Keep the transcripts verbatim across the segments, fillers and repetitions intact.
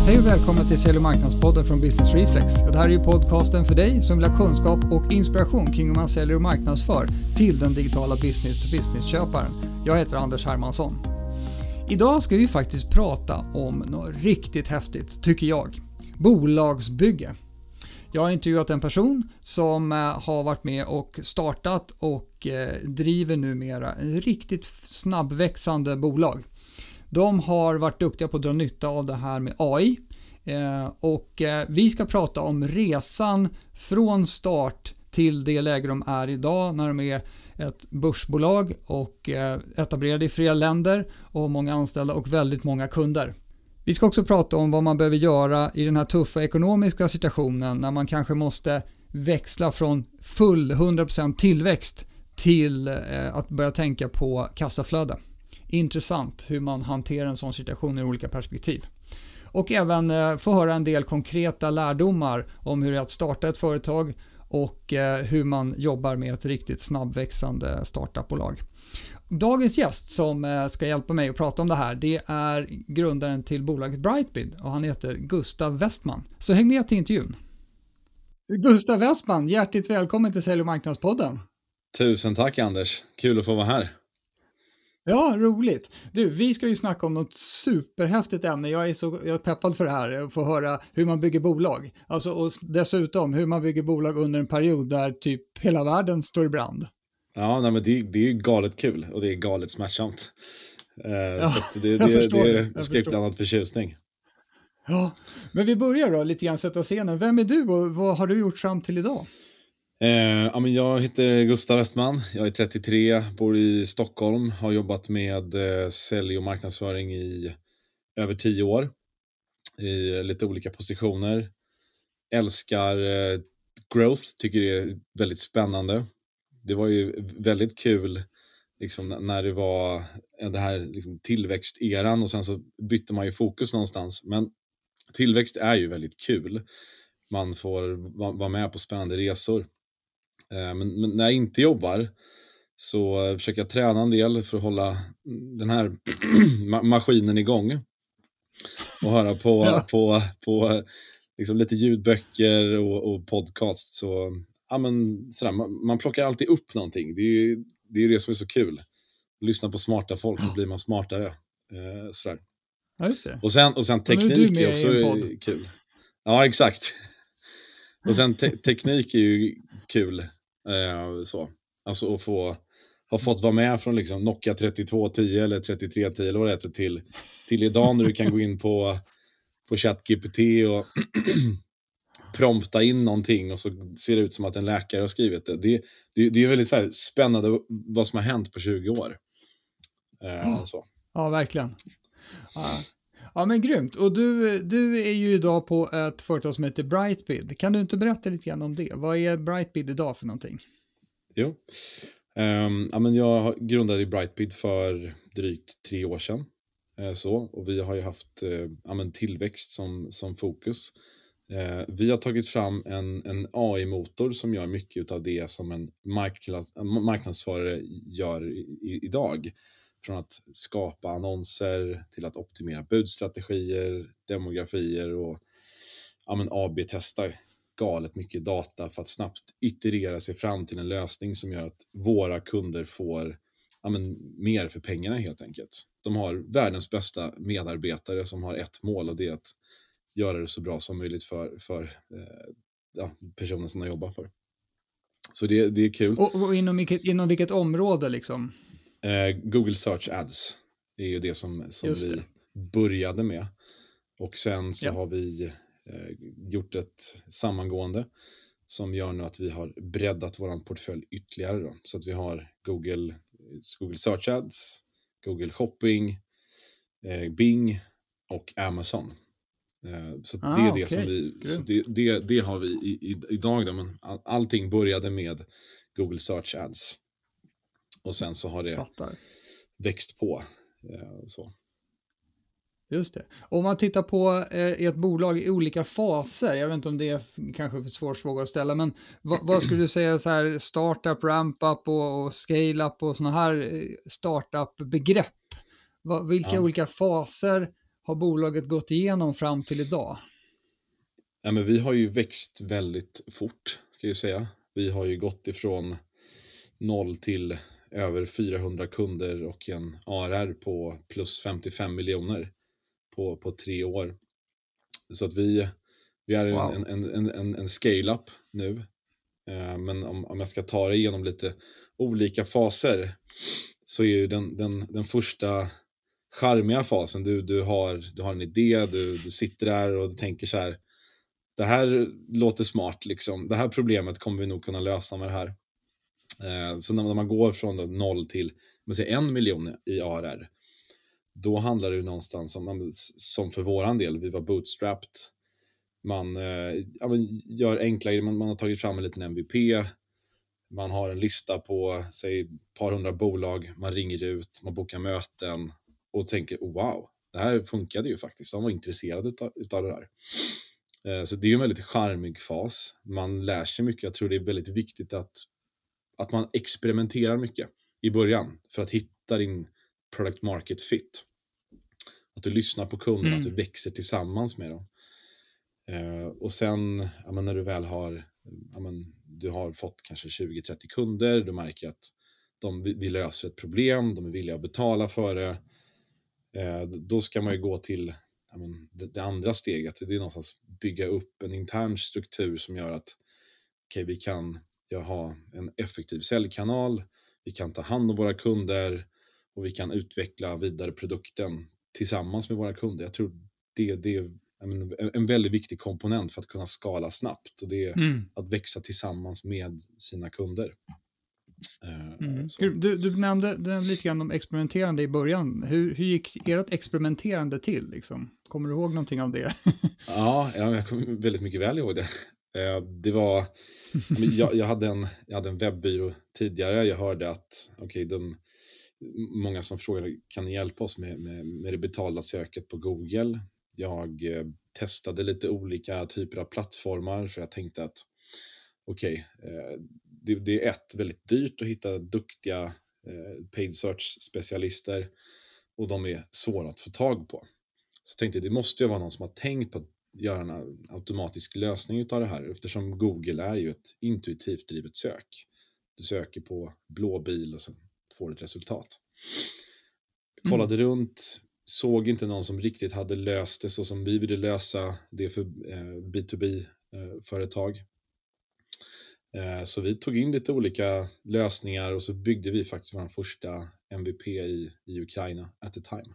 Hej och välkomna till Sälj- och marknadspodden från Business Reflex. Det här är ju podcasten för dig som vill ha kunskap och inspiration kring hur man säljer och marknadsför till den digitala business-to-business-köparen. Jag heter Anders Hermansson. Idag ska vi faktiskt prata om något riktigt häftigt, tycker jag. Bolagsbygge. Jag har intervjuat en person som har varit med och startat och driver numera en riktigt snabbväxande bolag. De har varit duktiga på att dra nytta av det här med A I och vi ska prata om resan från start till det läge de är idag när de är ett börsbolag och etablerade i flera länder och många anställda och väldigt många kunder. Vi ska också prata om vad man behöver göra i den här tuffa ekonomiska situationen när man kanske måste växla från full hundra procent tillväxt till att börja tänka på kassaflöde. Intressant hur man hanterar en sån situation i olika perspektiv. Och även få höra en del konkreta lärdomar om hur det är att starta ett företag och hur man jobbar med ett riktigt snabbväxande startupbolag. Dagens gäst som ska hjälpa mig att prata om det här, det är grundaren till bolaget Brightbid och han heter Gustav Westman. Så häng med till intervjun. Gustav Westman, hjärtligt välkommen till Sälj- och marknadspodden. Tusen tack Anders, kul att få vara här. Ja, roligt. Du, vi ska ju snacka om något superhäftigt ämne. Jag är så jag är peppad för det här, att få höra hur man bygger bolag. Alltså, och dessutom hur man bygger bolag under en period där typ hela världen står i brand. Ja, nej, men det, det är ju galet kul och det är galet smärtsamt. Eh, ja, så att det, jag det, förstår det det. är skräckblandad förtjusning. Ja, men vi börjar då lite grann sätta scenen. Vem är du och vad har du gjort fram till idag? Eh, ja, men jag heter Gustav Westman, jag är trettiotre, bor i Stockholm, har jobbat med eh, sälj och marknadsföring i över tio år i lite olika positioner. Älskar eh, growth, tycker det är väldigt spännande. Det var ju väldigt kul liksom, när det var det här liksom, tillväxteran och sen så bytte man ju fokus någonstans. Men tillväxt är ju väldigt kul. Man får vara med på spännande resor. Men, men när jag inte jobbar så försöker jag träna en del för att hålla den här maskinen igång. Och höra på, ja. på, på liksom lite ljudböcker och, och podcast. Så, ja, men, sådär, man, man plockar alltid upp någonting. Det är ju det, är det som är så kul. Lyssna på smarta folk så blir man smartare. Eh, sådär. Ja, just det. Och sen, och sen teknik är också är kul. Ja, exakt. Och sen te- teknik är ju kul. Eh, så. Alltså att få ha fått vara med från liksom Nokia trettiotvå tio eller trettiotre tio eller vad det heter till, till idag när du kan gå in på, på ChatGPT och prompta in någonting och så ser det ut som att en läkare har skrivit det. Det, det, det är väldigt så här spännande vad som har hänt på tjugo år. Eh, så. Ja, verkligen. Ja. Ja, men grymt. Och du, du är ju idag på ett företag som heter Brightbid. Kan du inte berätta lite grann om det? Vad är Brightbid idag för någonting? Jo. Um, ja, men jag grundade i Brightbid för drygt tre år sedan. Uh, så, och vi har ju haft uh, ja, men tillväxt som, som fokus. Uh, vi har tagit fram en, en A I-motor som gör mycket av det som en mark- marknadsförare gör i, idag. Från att skapa annonser till att optimera budstrategier, demografier och ja, men A B-testa galet mycket data för att snabbt iterera sig fram till en lösning som gör att våra kunder får ja, men, mer för pengarna helt enkelt. De har världens bästa medarbetare som har ett mål och det är att göra det så bra som möjligt för, för eh, ja, personen som de jobbar för. Så det, det är kul. Och, och inom, vilket, inom vilket område liksom? Eh, Google Search Ads är ju det som, som det. vi började med. Och sen så ja. har vi eh, gjort ett sammangående som gör nu att vi har breddat våran portfölj ytterligare då. Så att vi har Google, Google Search Ads, Google Shopping, eh, Bing och Amazon. Eh, så ah, det är det okay. som vi så det, det, det har vi i, i, idag då, men all, allting började med Google Search Ads. Och sen så har det Fattar. växt på. Eh, så. Just det. Om man tittar på eh, ett bolag i olika faser, jag vet inte om det är kanske för svår fråga att ställa, men vad, vad skulle du säga så här startup, ramp-up och, och scale-up och såna här startup-begrepp? Va, vilka ja. olika faser har bolaget gått igenom fram till idag? Ja, men vi har ju växt väldigt fort, ska jag säga. Vi har ju gått ifrån noll till över fyrahundra kunder och en A R R på plus femtiofem miljoner på, på tre år. Så att vi, vi är Wow. en, en, en, en, en scale-up nu. Eh, men om, om jag ska ta det igenom lite olika faser, så är ju den, den, den första charmiga fasen, du, du, har, du har en idé, du, du sitter där och du tänker så här: det här låter smart, liksom. Det här problemet kommer vi nog kunna lösa med det här. Eh, så när man går från då noll till man säger, en miljon i A R R, då handlar det ju någonstans om, som för våran del, vi var bootstrapped. Man eh, ja, men gör enklare, man, man har tagit fram en liten M V P, man har en lista på, säg, ett par hundra bolag, man ringer ut, man bokar möten och tänker, oh, wow, det här funkade ju faktiskt, de var intresserade utav, utav det där. Eh, så det är ju en väldigt charmig fas, man lär sig mycket. Jag tror det är väldigt viktigt att, att man experimenterar mycket i början för att hitta din product market fit. Att du lyssnar på kunderna, mm. att du växer tillsammans med dem. Uh, och sen, ja, men när du väl har, ja, men, du har fått kanske tjugo trettio kunder, du märker att de, vi löser ett problem, de är villiga att betala för det. Uh, då ska man ju gå till, ja, men, det, det andra steget. Det är någonstans bygga upp en intern struktur som gör att okay, vi kan ja, ha en effektiv säljkanal, vi kan ta hand om våra kunder och vi kan utveckla vidare produkten tillsammans med våra kunder. Jag tror det, det är en väldigt viktig komponent för att kunna skala snabbt, och det är mm. att växa tillsammans med sina kunder. Mm. Du, du nämnde lite grann om experimenterande i början. Hur, hur gick ert experimenterande till? Liksom? Kommer du ihåg någonting av det? Ja, jag kommer väldigt mycket väl ihåg det. Det var, jag, jag, hade en, jag hade en webbyrå tidigare. Jag hörde att okay, de, många som frågade, kan ni hjälpa oss med, med, med det betalda söket på Google? Jag eh, testade lite olika typer av plattformar, för jag tänkte att okej, okay, eh, det, det är ett väldigt dyrt att hitta duktiga eh, paid search-specialister, och de är svåra att få tag på. Så jag tänkte, det måste ju vara någon som har tänkt på att göra en automatisk lösning av det här, eftersom Google är ju ett intuitivt drivet sök. Du söker på blå bil och så får du ett resultat. Jag kollade mm. runt, såg inte någon som riktigt hade löst det så som vi ville lösa det för eh, B to B-företag. Eh, eh, så vi tog in lite olika lösningar och så byggde vi faktiskt vår första M V P i, i Ukraina at the time.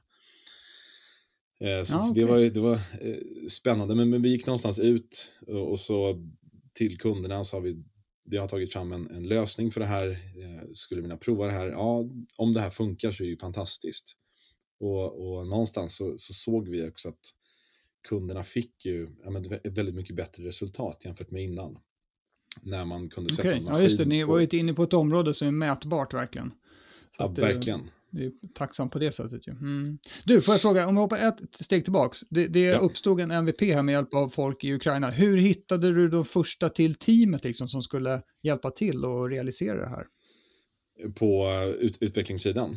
Eh, så, ja, så det var, det var eh, spännande, men, men vi gick någonstans ut och, och så till kunderna och sa vi, vi har tagit fram en, en lösning för det här, eh, skulle vilja prova det här. Ja, om det här funkar så är det ju fantastiskt. Och, och någonstans så, så såg vi också att kunderna fick ju ja, men, väldigt mycket bättre resultat jämfört med innan. När man kunde sätta okay. en maskin. Ja, just det. Ni var ju inne på ett område som är mätbart verkligen. Så ja, att, verkligen. Det är tacksam på det sättet ju. Mm. Du, får jag fråga, om vi hoppar ett steg tillbaks. Det, det ja. uppstod en M V P här med hjälp av folk i Ukraina. Hur hittade du då första till teamet liksom, som skulle hjälpa till och realisera det här? På ut- utvecklingssidan?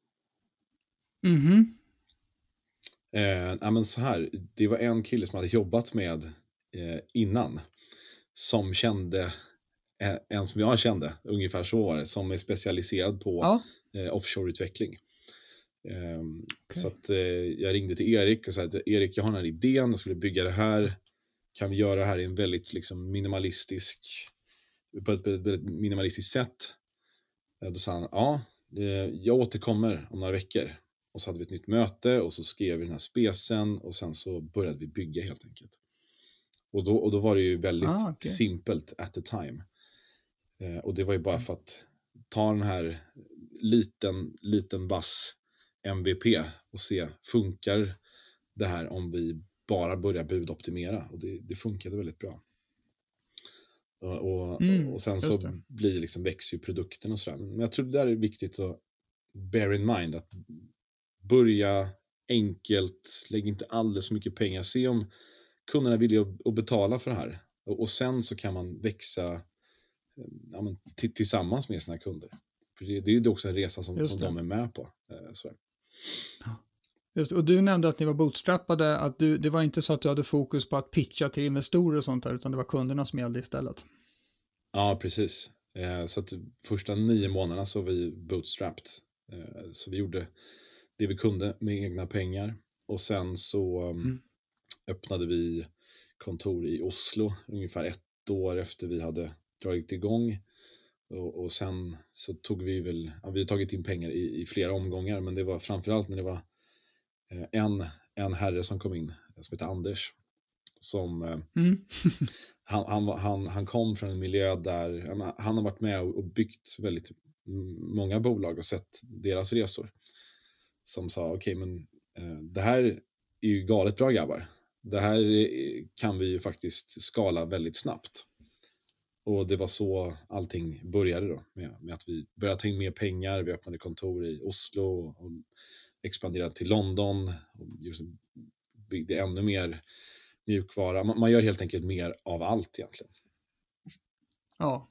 Mhm. Eh, ja, men så här, det var en kille som hade jobbat med eh, innan, som kände eh, en som jag kände, ungefär så var det, som är specialiserad på ja. eh, offshore-utveckling. Eh, okay. Så att eh, jag ringde till Erik och sa att Erik, jag har den här idén, jag skulle bygga det här, kan vi göra det här i en väldigt liksom, minimalistisk på ett väldigt minimalistiskt sätt? Eh, då sa han, ja, eh, jag återkommer om några veckor. Och så hade vi ett nytt möte och så skrev vi den här specen och sen så började vi bygga helt enkelt. Och då, och då var det ju väldigt ah, okay. simpelt at the time. Eh, och det var ju bara för att ta den här liten, liten vass M V P och se, funkar det här om vi bara börjar budoptimera? Och det, det funkade väldigt bra. Och, och, mm, och sen så det. blir liksom, växer ju produkten och sådär. Men jag tror det där är viktigt att bear in mind, att börja enkelt, lägg inte alldeles så mycket pengar, se om kunderna vill att betala för det här, och, och sen så kan man växa ja, men, t- tillsammans med sina kunder, för det, det är ju också en resa som, som de är med på. Så. Just, och du nämnde att ni var bootstrappade, att du, det var inte så att du hade fokus på att pitcha till investorer och sånt där, utan det var kunderna som gällde istället. Ja, precis. Eh, så att första nio månaderna så var vi bootstrapped. Eh, så vi gjorde det vi kunde med egna pengar. Och sen så um, mm. öppnade vi kontor i Oslo ungefär ett år efter vi hade dragit igång. Och, och sen så tog vi väl, ja, vi har tagit in pengar i, i flera omgångar, men det var framförallt när det var eh, en, en herre som kom in, som heter Anders, som eh, mm. han, han, han, han kom från en miljö där han har varit med och byggt väldigt många bolag och sett deras resor, som sa okej, okay, men eh, det här är ju galet bra grabbar, det här kan vi ju faktiskt skala väldigt snabbt. Och det var så allting började då, med, med att vi började ta in mer pengar, vi öppnade kontor i Oslo och expanderade till London och byggde ännu mer mjukvara. Man, man gör helt enkelt mer av allt egentligen. Ja.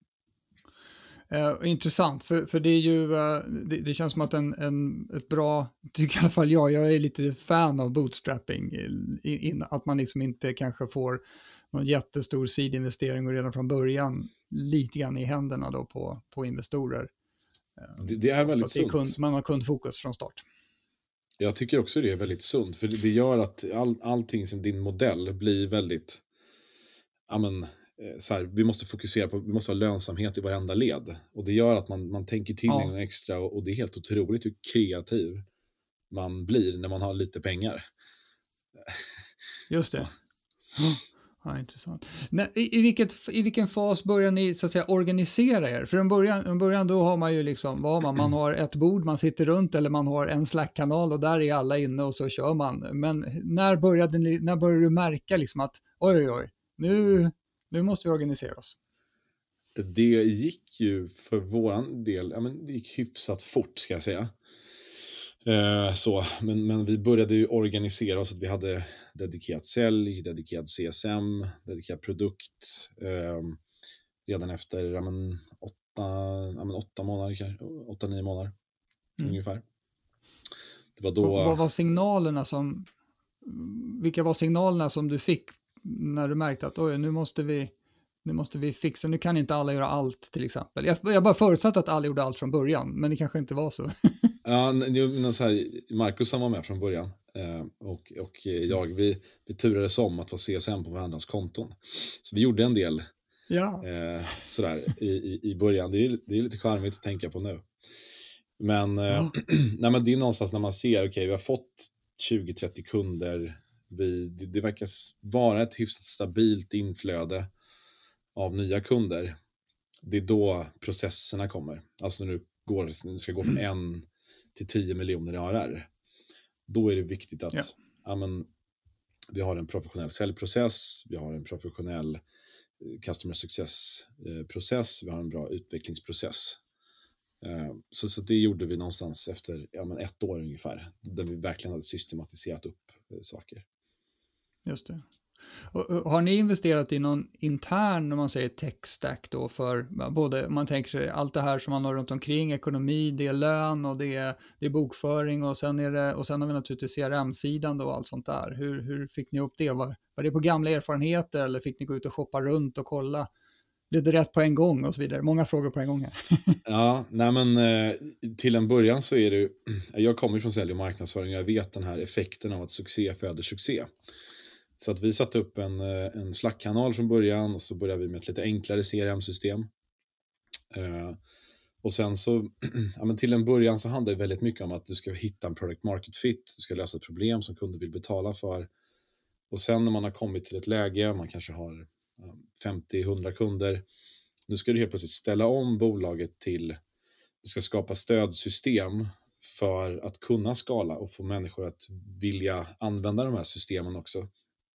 Eh, intressant, för, för det är ju, eh, det, det känns som att en, en, ett bra, tycker i alla fall jag, jag är lite fan av bootstrapping, in, in, att man liksom inte kanske får någon jättestor sidinvestering och redan från början lite grann i händerna då på, på investorer. Det, det är så, väldigt så sunt. Kund, man har kundfokus från start. Jag tycker också det är väldigt sunt, för det, det gör att all, allting som din modell blir väldigt, ja men, så här, vi måste fokusera på, vi måste ha lönsamhet i varenda led. Och det gör att man, man tänker till ja. en extra, och, och det är helt otroligt hur kreativ man blir när man har lite pengar. Just det. Ja, intressant. Nej, i, i, vilket, I vilken fas börjar ni så att säga organisera er? För i början, i början då har man ju liksom, vad har man? Man har ett bord man sitter runt, eller man har en Slack-kanal och där är alla inne och så kör man. Men när började, ni, när började du märka liksom att oj, oj, oj, nu, nu måste vi organisera oss? Det gick ju för våran del, ja, men det gick hyfsat fort ska jag säga. Eh, så, men, men vi började ju organisera oss, att vi hade dedikerat sälj, dedikerad C S M, dedikerad produkt eh, redan efter ja, men, åtta, ja, men, åtta månader, kanske, åtta, nio månader mm. ungefär. Det var då... Och vad var signalerna som, vilka var signalerna som du fick när du märkte att oj, nu måste vi Nu måste vi fixa, nu kan inte alla göra allt till exempel. Jag, jag bara förutsatt att alla gjorde allt från början, men det kanske inte var så. Ja, så här, Marcus som var med från början eh, och, och jag, vi, vi turades om att vara C S M på varandras konton. Så vi gjorde en del ja. eh, sådär i, i, i början. Det är, det är lite charmigt att tänka på nu. Men, eh, ja. nej, men det är någonstans när man ser, okej, okay, vi har fått tjugo trettio kunder. Vi, det, det verkar vara ett hyfsat stabilt inflöde av nya kunder. Det är då processerna kommer. Alltså när du, går, när du ska gå från mm. en till tio miljoner i A R R. Då är det viktigt att ja. Ja, men, vi har en professionell säljprocess, vi har en professionell customer success-process, vi har en bra utvecklingsprocess. Så, så det gjorde vi någonstans efter ja, men ett år ungefär, där vi verkligen hade systematiserat upp saker. Just det. Och, och, har ni investerat i någon intern, när man säger tech stack då, för både, man tänker sig allt det här som man har runt omkring, ekonomi, det är lön och det är, det är bokföring och sen är det, och sen har vi naturligtvis C R M-sidan då och allt sånt där. Hur, hur fick ni upp det? Var, var det på gamla erfarenheter eller fick ni gå ut och shoppa runt och kolla? Blev det rätt på en gång och så vidare? Många frågor på en gång här. Ja, nej men till en början så är det, jag kommer från sälj och marknadsföring, jag vet den här effekten av att succé föder succé. Så att vi satte upp en, en Slack-kanal från början och så började vi med ett lite enklare C R M-system. Uh, och sen så, ja, men till en början så handlar det väldigt mycket om att du ska hitta en product market fit, du ska lösa ett problem som kunder vill betala för. Och sen när man har kommit till ett läge, man kanske har femtio till hundra kunder, nu ska du helt plötsligt ställa om bolaget till, du ska skapa stödsystem för att kunna skala och få människor att vilja använda de här systemen också.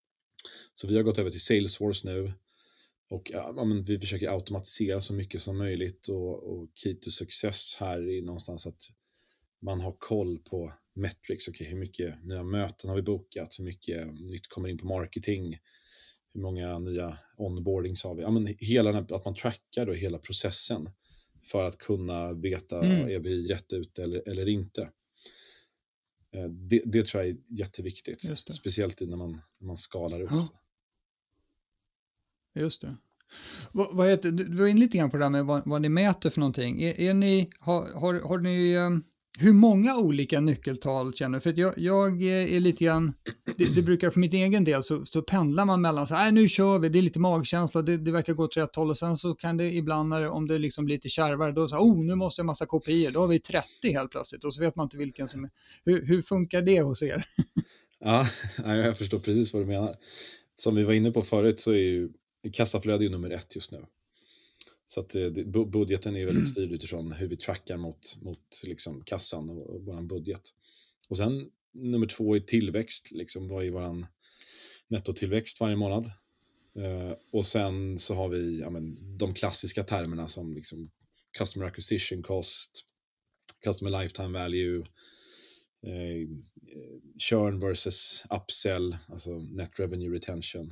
Så vi har gått över till Salesforce nu och ja, men vi försöker automatisera så mycket som möjligt och, och key to success här är någonstans att man har koll på metrics. Okay, hur mycket nya möten har vi bokat? Hur mycket nytt kommer in på marketing? Hur många nya onboardings har vi? Ja, men hela, att man trackar då hela processen för att kunna veta mm. är vi rätt ut eller, eller inte. Det, det tror jag är jätteviktigt. Speciellt när man, när man skalar upp ja. Just det. Vad, vad heter, du var inne lite grann på det där med vad, vad ni mäter för någonting. Är, är ni, har, har, har ni, um, hur många olika nyckeltal känner du? För att jag, jag är lite grann, det, det brukar för mitt egen del så, så pendlar man mellan så här, nu kör vi, det är lite magkänsla, det, det verkar gå åt rätt håll och sen så kan det ibland när, om det liksom blir lite kärvare, då så här, oh nu måste jag ha massa kopior, då har vi trettio helt plötsligt och så vet man inte vilken som är, hur, hur funkar det hos er? Ja, jag förstår precis vad du menar. Som vi var inne på förut så är ju kassaflöde är nummer ett just nu. Så att det, budgeten är väldigt styrd utifrån hur vi trackar mot, mot liksom kassan och, och vår budget. Och sen nummer två är tillväxt. Liksom, vad är vår nettotillväxt varje månad? Uh, och sen så har vi ja, men, de klassiska termerna som liksom customer acquisition cost, customer lifetime value, uh, churn versus upsell, alltså net revenue retention.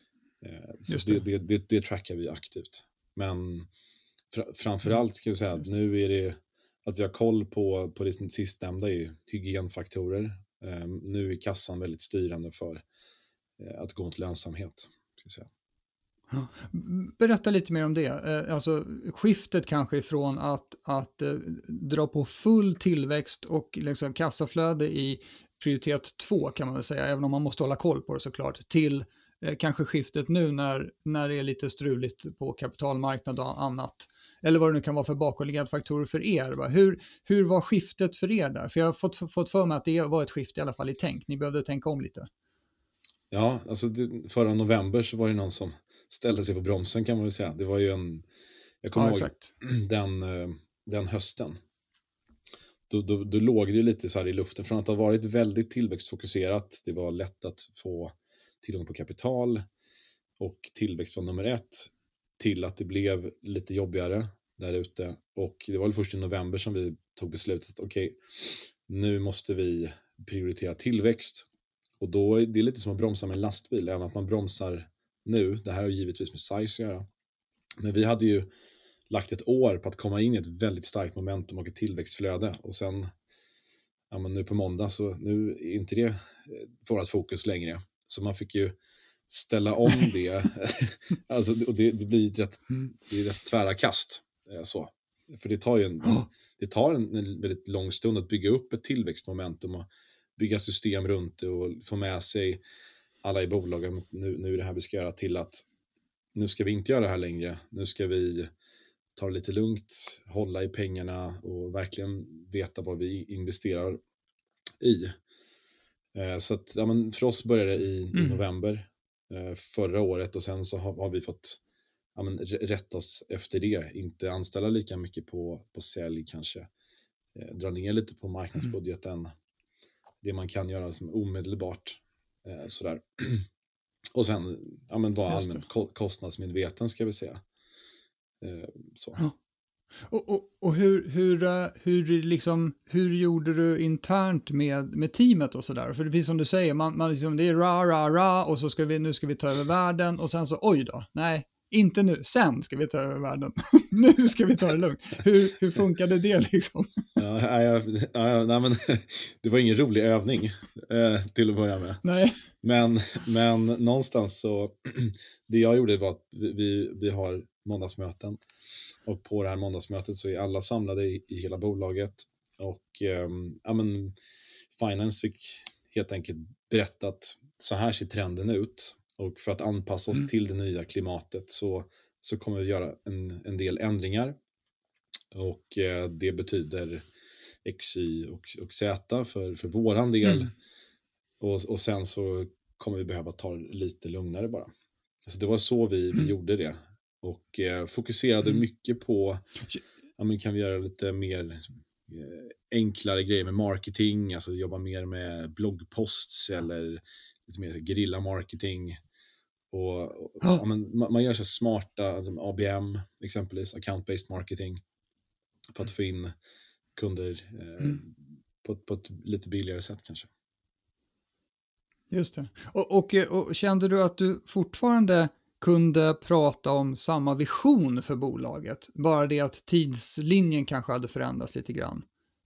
Så det. Det, det, det trackar vi aktivt. Men fr- framförallt ska vi säga att nu är det att vi har koll på, på det sistnämnda är hygienfaktorer. Um, nu är kassan väldigt styrande för uh, att gå mot lönsamhet. Ska jag säga. Ja. Berätta lite mer om det. Alltså skiftet kanske ifrån att, att uh, dra på full tillväxt och liksom kassaflöde i prioritet två kan man väl säga, även om man måste hålla koll på det såklart, till kanske skiftet nu när, när det är lite struligt på kapitalmarknad och annat. Eller vad det nu kan vara för bakomliggande faktorer för er. Va? Hur, hur var skiftet för er där? För jag har fått, fått för mig att det var ett skifte i alla fall i tänk. Ni behövde tänka om lite. Ja, alltså det, förra november så var det någon som ställde sig på bromsen kan man väl säga. Det var ju en, jag kommer ja, ihåg exakt. den, den hösten. Då, då, då låg det lite så här i luften. Från att ha varit väldigt tillväxtfokuserat. Det var lätt att få tillgång på kapital och tillväxt var nummer ett, till att det blev lite jobbigare där ute. Och det var väl först i november som vi tog beslutet, okej, okay, nu måste vi prioritera tillväxt. Och då är det lite som att bromsa med en lastbil, även att man bromsar nu. Det här har givetvis med size att göra. Men vi hade ju lagt ett år på att komma in i ett väldigt starkt momentum och ett tillväxtflöde. Och sen, ja men nu på måndag, så nu är inte det vårt fokus längre. Så man fick ju ställa om det. Alltså, och det, det blir rätt, det är rätt tvära kast. Så. För det tar ju en, det tar en, en väldigt lång stund att bygga upp ett tillväxtmomentum och bygga system runt det och få med sig alla i bolaget. Nu, nu är det här vi ska göra till att nu ska vi inte göra det här längre. Nu ska vi ta det lite lugnt, hålla i pengarna och verkligen veta vad vi investerar i. Så att, ja, men för oss började det i, mm. i november eh, förra året och sen så har, har vi fått ja, men, rätta oss efter det. Inte anställa lika mycket på, på sälj kanske. Eh, dra ner lite på marknadsbudgeten. Mm. Det man kan göra som omedelbart. Eh, sådär. Och sen ja, men, vara allmänt ko- kostnadsmedveten ska vi säga. Eh, så. Ja. Och, och, och hur, hur, hur, liksom, hur gjorde du internt med, med teamet och sådär? För det är som du säger, man, man liksom, det är ra, ra, ra och så ska vi, nu ska vi ta över världen och sen så, oj då, nej, inte nu, sen ska vi ta över världen. Nu ska vi ta det lugnt. Hur, hur funkade det liksom? Ja, ja, ja, nej, men, det var ingen rolig övning eh, till att börja med. Nej. Men, men någonstans så, det jag gjorde var att vi, vi har måndagsmöten. Och på det här måndagsmötet så är alla samlade i, i hela bolaget. Och eh, ja, men, Finance fick helt enkelt berättat, så här ser trenden ut. Och för att anpassa oss mm. till det nya klimatet så, så kommer vi göra en, en del ändringar. Och eh, det betyder X, Y och, och Z för, för våran del. Mm. Och, och sen så kommer vi behöva ta lite lugnare bara. Så det var så vi, mm. vi gjorde det. Och eh, fokuserade mm. mycket på, ja, men kan vi göra lite mer eh, enklare grejer med marketing, alltså jobba mer med bloggposts eller lite mer gerilla marketing. Och, och ja, men man, man gör så smarta, alltså A B M exempelvis, account-based marketing, för att få in kunder eh, mm. på, på ett lite billigare sätt kanske. Just det. Och, och, och kände du att du fortfarande kunde prata om samma vision för bolaget, bara det att tidslinjen kanske hade förändrats lite grann?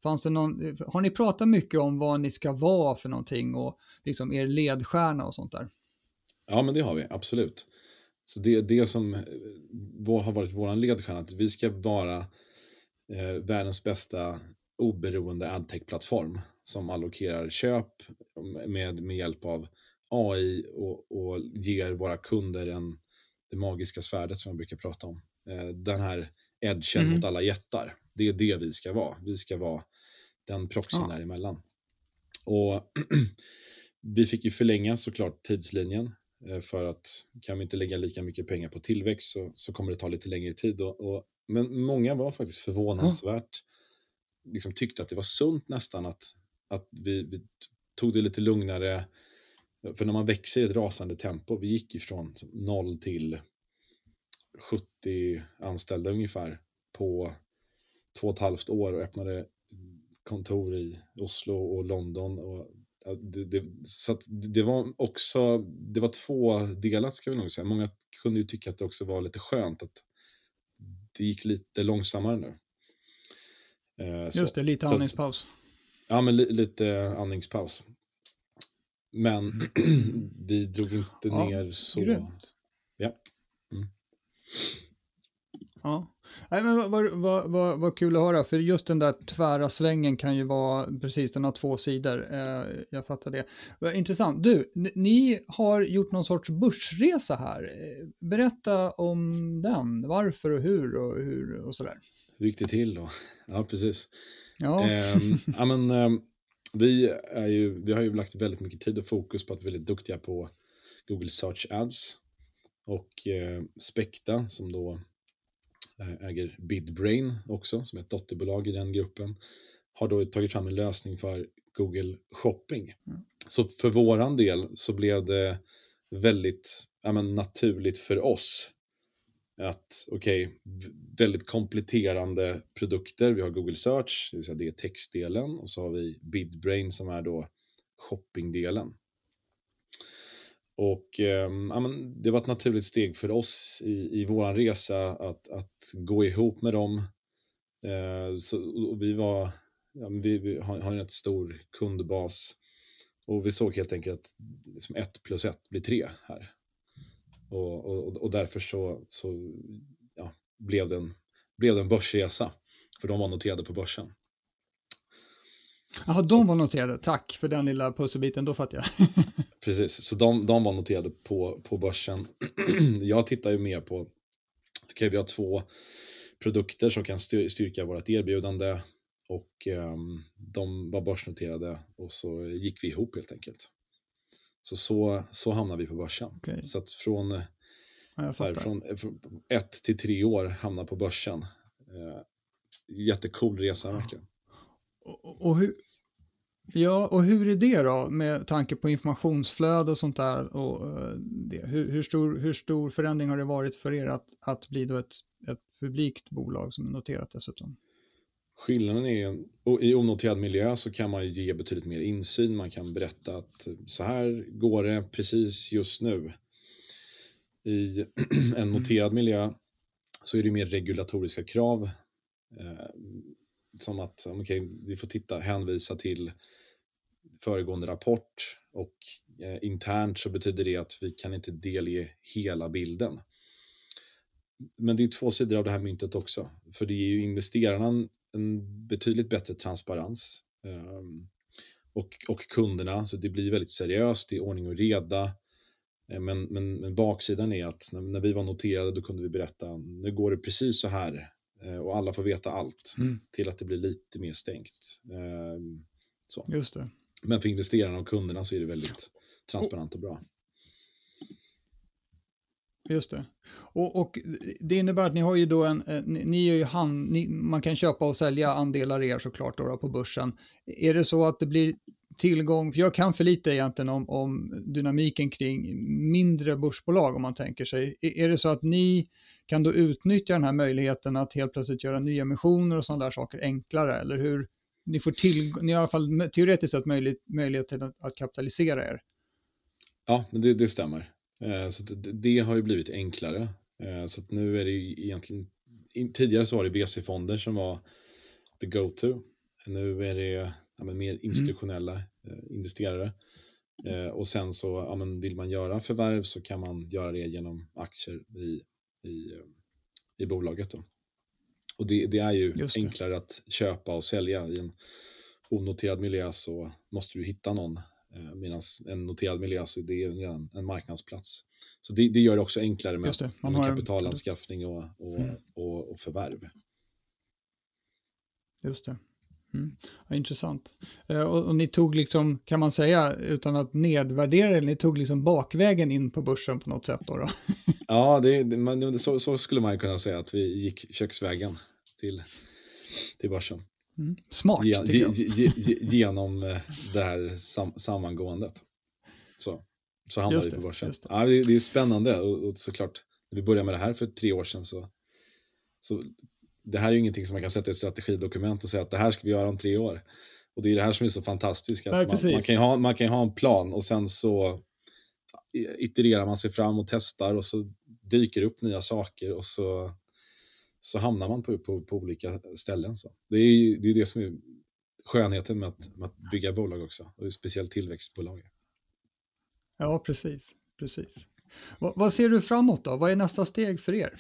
Fanns det någon, har ni pratat mycket om vad ni ska vara för någonting och liksom er ledstjärna och sånt där? Ja, men det har vi, absolut. Så det är det som har varit vår ledstjärna, att vi ska vara eh, världens bästa oberoende adtech-plattform som allokerar köp med, med hjälp av A I och, och ger våra kunder en, det magiska svärdet som jag brukar prata om. Eh, den här edgen mm. mot alla jättar. Det är det vi ska vara. Vi ska vara den proxyn ja. däremellan. Och vi fick ju förlänga såklart tidslinjen, för att kan vi inte lägga lika mycket pengar på tillväxt så, så kommer det ta lite längre tid. Och, och, men många var faktiskt förvånansvärt mm. liksom tyckte att det var sunt nästan att, att vi, vi tog det lite lugnare. För när man växer i ett rasande tempo, vi gick ifrån noll till sjuttio anställda ungefär på två och ett halvt år och öppnade kontor i Oslo och London. Och det, det, så att det var också, det var två delar ska vi nog säga. Många kunde ju tycka att det också var lite skönt att det gick lite långsammare nu. Så, Just det, lite andningspaus. Så, ja, men li, lite andningspaus. Men mm. vi drog inte ja, ner så... Grymt. Ja. Mm. Ja, nej, men vad, vad, vad, vad kul att höra, för just den där tvära svängen kan ju vara precis, den har två sidor, eh, jag fattar det. Intressant. Du, ni har gjort någon sorts börsresa här. Berätta om den, varför och hur och, hur och sådär. Hur gick det till då? Ja, precis. Ja. Eh, ja, men, eh, vi, är ju, vi har ju lagt väldigt mycket tid och fokus på att vi är väldigt duktiga på Google Search Ads och eh, Spekta som då äger Bidbrain också, som är ett dotterbolag i den gruppen, har då tagit fram en lösning för Google Shopping. Mm. Så för våran del så blev det väldigt ja, men, naturligt för oss att okej, okay, väldigt kompletterande produkter. Vi har Google Search, det vill säga det är textdelen, och så har vi Bidbrain som är då shoppingdelen. Och eh, ja, men det var ett naturligt steg för oss i, i våran resa att, att gå ihop med dem. Eh, så, och vi var, ja, vi, vi har, har en stor kundbas och vi såg helt enkelt att liksom ett plus ett blir tre här. Och, och, och därför så, så ja, blev, det en, blev det en börsresa, för de var noterade på börsen. Jaha, de var noterade. Tack för den lilla pusselbiten, då fattar jag. Precis, så de, de var noterade på, på börsen. Jag tittar ju mer på, okej okay, vi har två produkter som kan styrka vårt erbjudande och um, de var börsnoterade och så gick vi ihop helt enkelt. Så så, så hamnade vi på börsen. Okay. Så att från, ja, så här, från, från ett till tre år hamna på börsen. Uh, jättecool resa verkligen. Och, och hur Ja, och hur är det då med tanke på informationsflöde och sånt där? Och det? Hur, hur, stor, hur stor förändring har det varit för er att, att bli då ett, ett publikt bolag som är noterat dessutom? Skillnaden är i onoterad miljö så kan man ge betydligt mer insyn. Man kan berätta att så här går det precis just nu. I en noterad miljö så är det mer regulatoriska krav. Eh, som att okay, vi får titta, hänvisa till föregående rapport och eh, internt så betyder det att vi kan inte delge hela bilden. Men det är två sidor av det här myntet också. För det är ju investerarna en betydligt bättre transparens eh, och, och kunderna, så det blir väldigt seriöst, det är ordning och reda. Eh, men, men, men baksidan är att när, när vi var noterade då kunde vi berätta, nu går det precis så här eh, och alla får veta allt mm. till att det blir lite mer stängt. Eh, så. Just det. Men för investerarna och kunderna så är det väldigt transparent och bra. Just det. Och, och det innebär att ni har ju då en, ni är ju hand, ni, man kan köpa och sälja andelar er såklart då, då på börsen. Är det så att det blir tillgång, för jag kan för lite egentligen om, om dynamiken kring mindre börsbolag om man tänker sig. Är det så att ni kan då utnyttja den här möjligheten att helt plötsligt göra nya emissioner och sådana där saker enklare, eller hur? Ni får till, ni har i alla fall teoretiskt sett möjlighet, möjlighet till att, att kapitalisera er. Ja, men det, det stämmer. Eh, så det, det har ju blivit enklare. Eh, så att nu är det egentligen, tidigare så var det V C-fonder som var the go-to. Nu är det ja, men mer institutionella mm. investerare. Eh, och sen så ja, men vill man göra förvärv så kan man göra det genom aktier i, i, i bolaget då. Och det, det är ju enklare att köpa och sälja i en onoterad miljö, så måste du hitta någon, eh, medan en noterad miljö så det är en, en marknadsplats. Så det, det gör det också enklare med, det, med kapitalanskaffning och, och, mm. och, och förvärv. Just det. Mm. Ja, intressant. Eh, och, och ni tog liksom, kan man säga, utan att nedvärdera, ni tog liksom bakvägen in på börsen på något sätt då? då? Ja, det, man, så, så skulle man kunna säga att vi gick köksvägen till, till börsen. Mm. Smart, Gen, tycker jag. Ge, ge, genom det här sam, sammangåendet. Så, så hamnade vi på börsen. Det. Ja, det, det är spännande, och, och såklart, när vi började med det här för tre år sedan så, så det här är ju ingenting som man kan sätta i ett strategidokument och säga att det här ska vi göra om tre år. Och det är det här som är så fantastiskt. Att Nej, man, man, kan ju ha, man kan ju ha en plan och sen så itererar man sig fram och testar och så dyker upp nya saker och så, så hamnar man på, på, på olika ställen. Så. Det är ju det, är det som är skönheten med att, med att bygga bolag också. Och speciellt tillväxtbolag. Ja, precis. precis. Vad, vad ser du framåt då? Vad är nästa steg för er?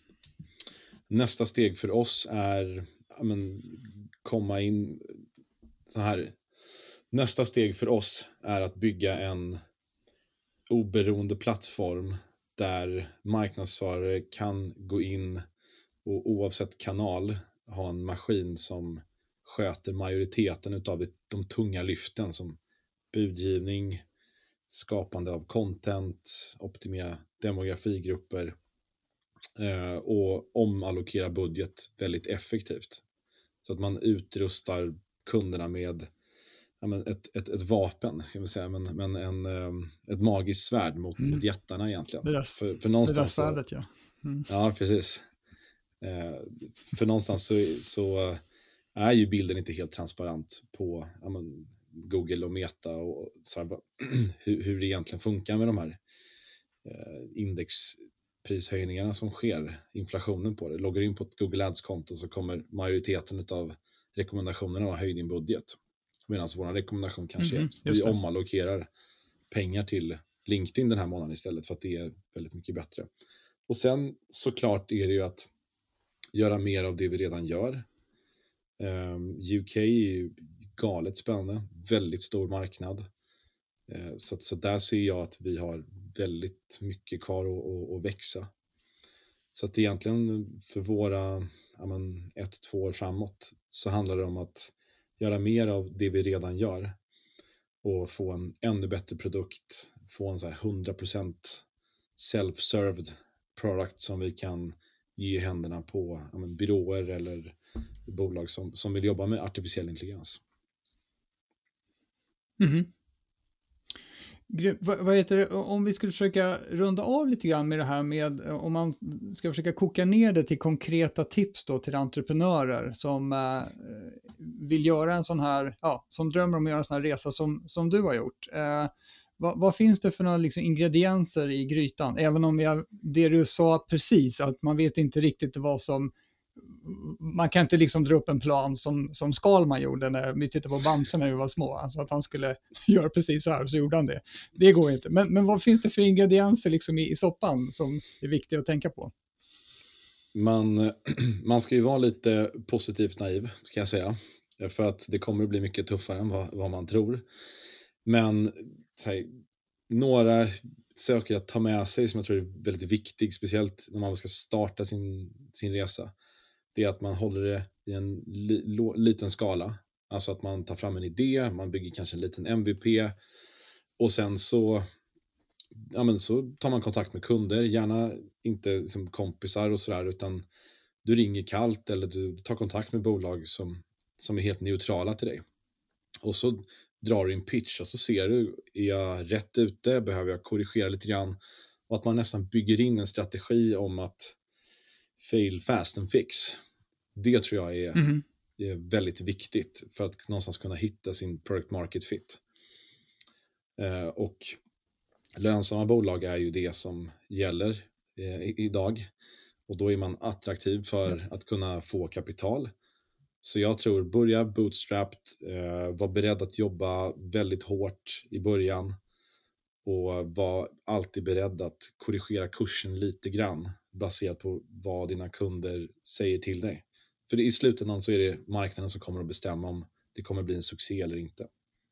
Nästa steg för oss är ja, men, komma in så här. Nästa steg för oss är att bygga en oberoende plattform där marknadsförare kan gå in och oavsett kanal ha en maskin som sköter majoriteten av de tunga lyften som budgivning, skapande av content, optimera demografigrupper eh, och omallokera budget väldigt effektivt. Så att man utrustar kunderna med ja, men ett, ett, ett vapen, kan man säga, men, men en, ett magiskt svärd mot, mm. mot jättarna egentligen. Det där, för, för någonstans det där svärdet, så, ja. Mm. Ja, precis. Eh, för någonstans så, så är ju bilden inte helt transparent på ja, men, Google och Meta och så här, hur, hur det egentligen funkar med de här eh, indexprishöjningarna som sker, inflationen på det. Loggar in på ett Google Ads-konto så kommer majoriteten av rekommendationerna vara höjd i budget. Medan vår rekommendation kanske mm, är att vi omallokerar pengar till LinkedIn den här månaden istället, för att det är väldigt mycket bättre. Och sen såklart är det ju att göra mer av det vi redan gör. Um, U K är ju galet spännande, väldigt stor marknad. Uh, så, så där ser jag att vi har väldigt mycket kvar att, att, att växa. Så att egentligen för våra ja, men, ett, två år framåt så handlar det om att göra mer av det vi redan gör och få en ännu bättre produkt, få en så här hundra procent self-served product som vi kan ge i händerna på ja, men, byråer eller bolag som, som vill jobba med artificiell intelligens. Mm. Vad, vad heter det? Om vi skulle försöka runda av lite grann med det här med, om man ska försöka koka ner det till konkreta tips då till entreprenörer som eh, vill göra en sån här, ja, som drömmer om att göra en sån här resa som, som du har gjort. Eh, vad, vad finns det för några liksom ingredienser i grytan? Även om jag, det du sa precis, att man vet inte riktigt vad som, man kan inte liksom dra upp en plan som, som Skalman gjorde när vi tittade på Bamse när vi var små. Alltså att han skulle göra precis så här, så gjorde han det. Det går inte. Men, men vad finns det för ingredienser liksom i, i soppan som är viktiga att tänka på? Man, man ska ju vara lite positivt naiv, ska jag säga. För att det kommer att bli mycket tuffare än vad, vad man tror. Men här, några saker att ta med sig som jag tror är väldigt viktigt, speciellt när man ska starta sin, sin resa. Det är att man håller det i en li, lo, liten skala. Alltså att man tar fram en idé, man bygger kanske en liten M V P och sen så, ja men så tar man kontakt med kunder, gärna inte liksom kompisar och sådär, utan du ringer kallt eller du tar kontakt med bolag som, som är helt neutrala till dig. Och så drar du en pitch och så ser du, är jag rätt ute, behöver jag korrigera lite grann, och att man nästan bygger in en strategi om att fail fast and fix. Det tror jag är, mm. är väldigt viktigt för att någonstans kunna hitta sin product market fit. Eh, och lönsamma bolag är ju det som gäller eh, idag. Och då är man attraktiv för ja. att kunna få kapital. Så jag tror, börja bootstrapped, eh, var beredd att jobba väldigt hårt i början och var alltid beredd att korrigera kursen lite grann baserat på vad dina kunder säger till dig. För i slutändan så är det marknaden som kommer att bestämma om det kommer bli en succé eller inte.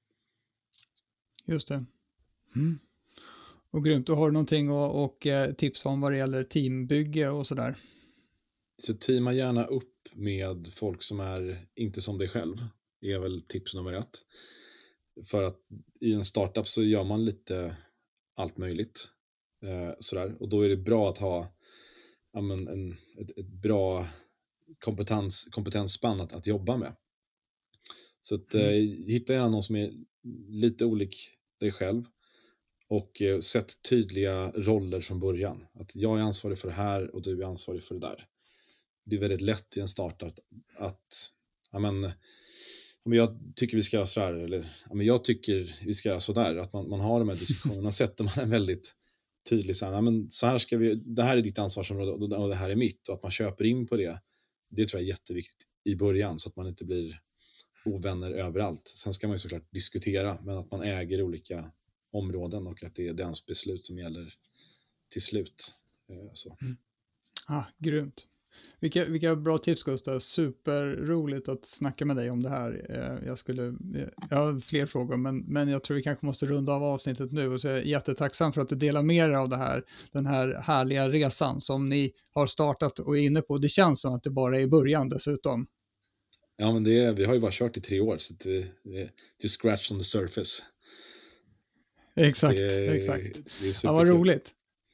Just det. Mm. Och grymt, då har du någonting och, och eh, tips om vad det gäller teambygge och sådär? Så teama gärna upp med folk som är inte som dig själv. Det är väl tips nummer ett. För att i en startup så gör man lite allt möjligt. Eh, sådär. Och då är det bra att ha ja, men en, ett, ett bra kompetens, kompetensspann att, att jobba med. Så att, eh, hitta gärna någon som är lite olik dig själv. Och eh, sätt tydliga roller från början. Att jag är ansvarig för det här och du är ansvarig för det där. Det är väldigt lätt i en startup att ja, men, ja, men jag tycker vi ska göra så här, eller ja, men jag tycker vi ska göra så där. Att man, man har de här diskussionerna, sätter man en väldigt tydlig så här, ja, men så här ska vi, det här är ditt ansvarsområde och det här är mitt, och att man köper in på det. Det tror jag är jätteviktigt i början så att man inte blir ovänner överallt. Sen ska man ju såklart diskutera, men att man äger olika områden och att det är dens beslut som gäller till slut. Så. Mm. Ah, grymt. Vilka, vilka bra tips, Gustav. Superroligt att snacka med dig om det här. Jag skulle, jag har fler frågor, men, men jag tror vi kanske måste runda av avsnittet nu. Och så är jag jättetacksam för att du delar med dig av det här, den här härliga resan som ni har startat och är inne på. Det känns som att det bara är i början dessutom. Ja, men det är, vi har ju bara kört i tre år, så att vi, vi just scratch on the surface. Exakt, det är, exakt. Det är ja, vad roligt.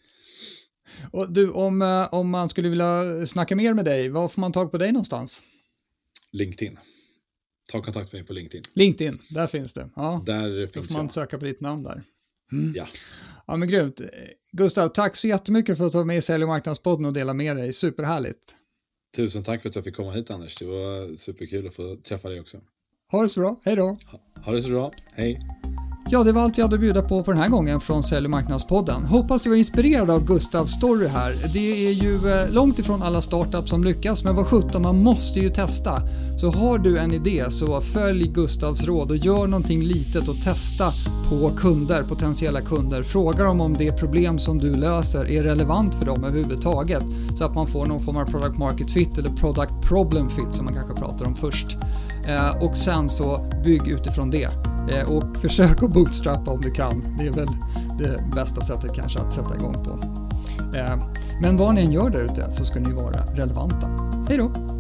Och du, om, om man skulle vilja snacka mer med dig, var får man tag på dig någonstans? LinkedIn. Ta kontakt med mig på LinkedIn. LinkedIn, där finns det. Ja, där då finns får man jag. söka på ditt namn där. Mm. Ja. Ja, men grymt. Gustav, tack så jättemycket för att du var med i Sälj- och marknadspodden och dela med dig. Superhärligt. Tusen tack för att jag fick komma hit, Anders. Det var superkul att få träffa dig också. Ha det så bra. Hej då. Ha, ha det så bra. Hej. Ja, det var allt vi hade att bjuda på på den här gången från Sälj- och marknadspodden. Hoppas du var inspirerad av Gustavs story här. Det är ju långt ifrån alla startups som lyckas, men vad sjutton, man måste ju testa. Så har du en idé så följ Gustavs råd och gör någonting litet och testa på kunder, potentiella kunder. Fråga dem om det problem som du löser är relevant för dem överhuvudtaget, så att man får någon form av product market fit eller product problem fit som man kanske pratar om först. Eh, och sen så bygg utifrån det. Eh, och försök att bootstrappa om du kan. Det är väl det bästa sättet kanske att sätta igång på. Eh, men vad ni än gör där ute så ska ni vara relevanta. Hej då!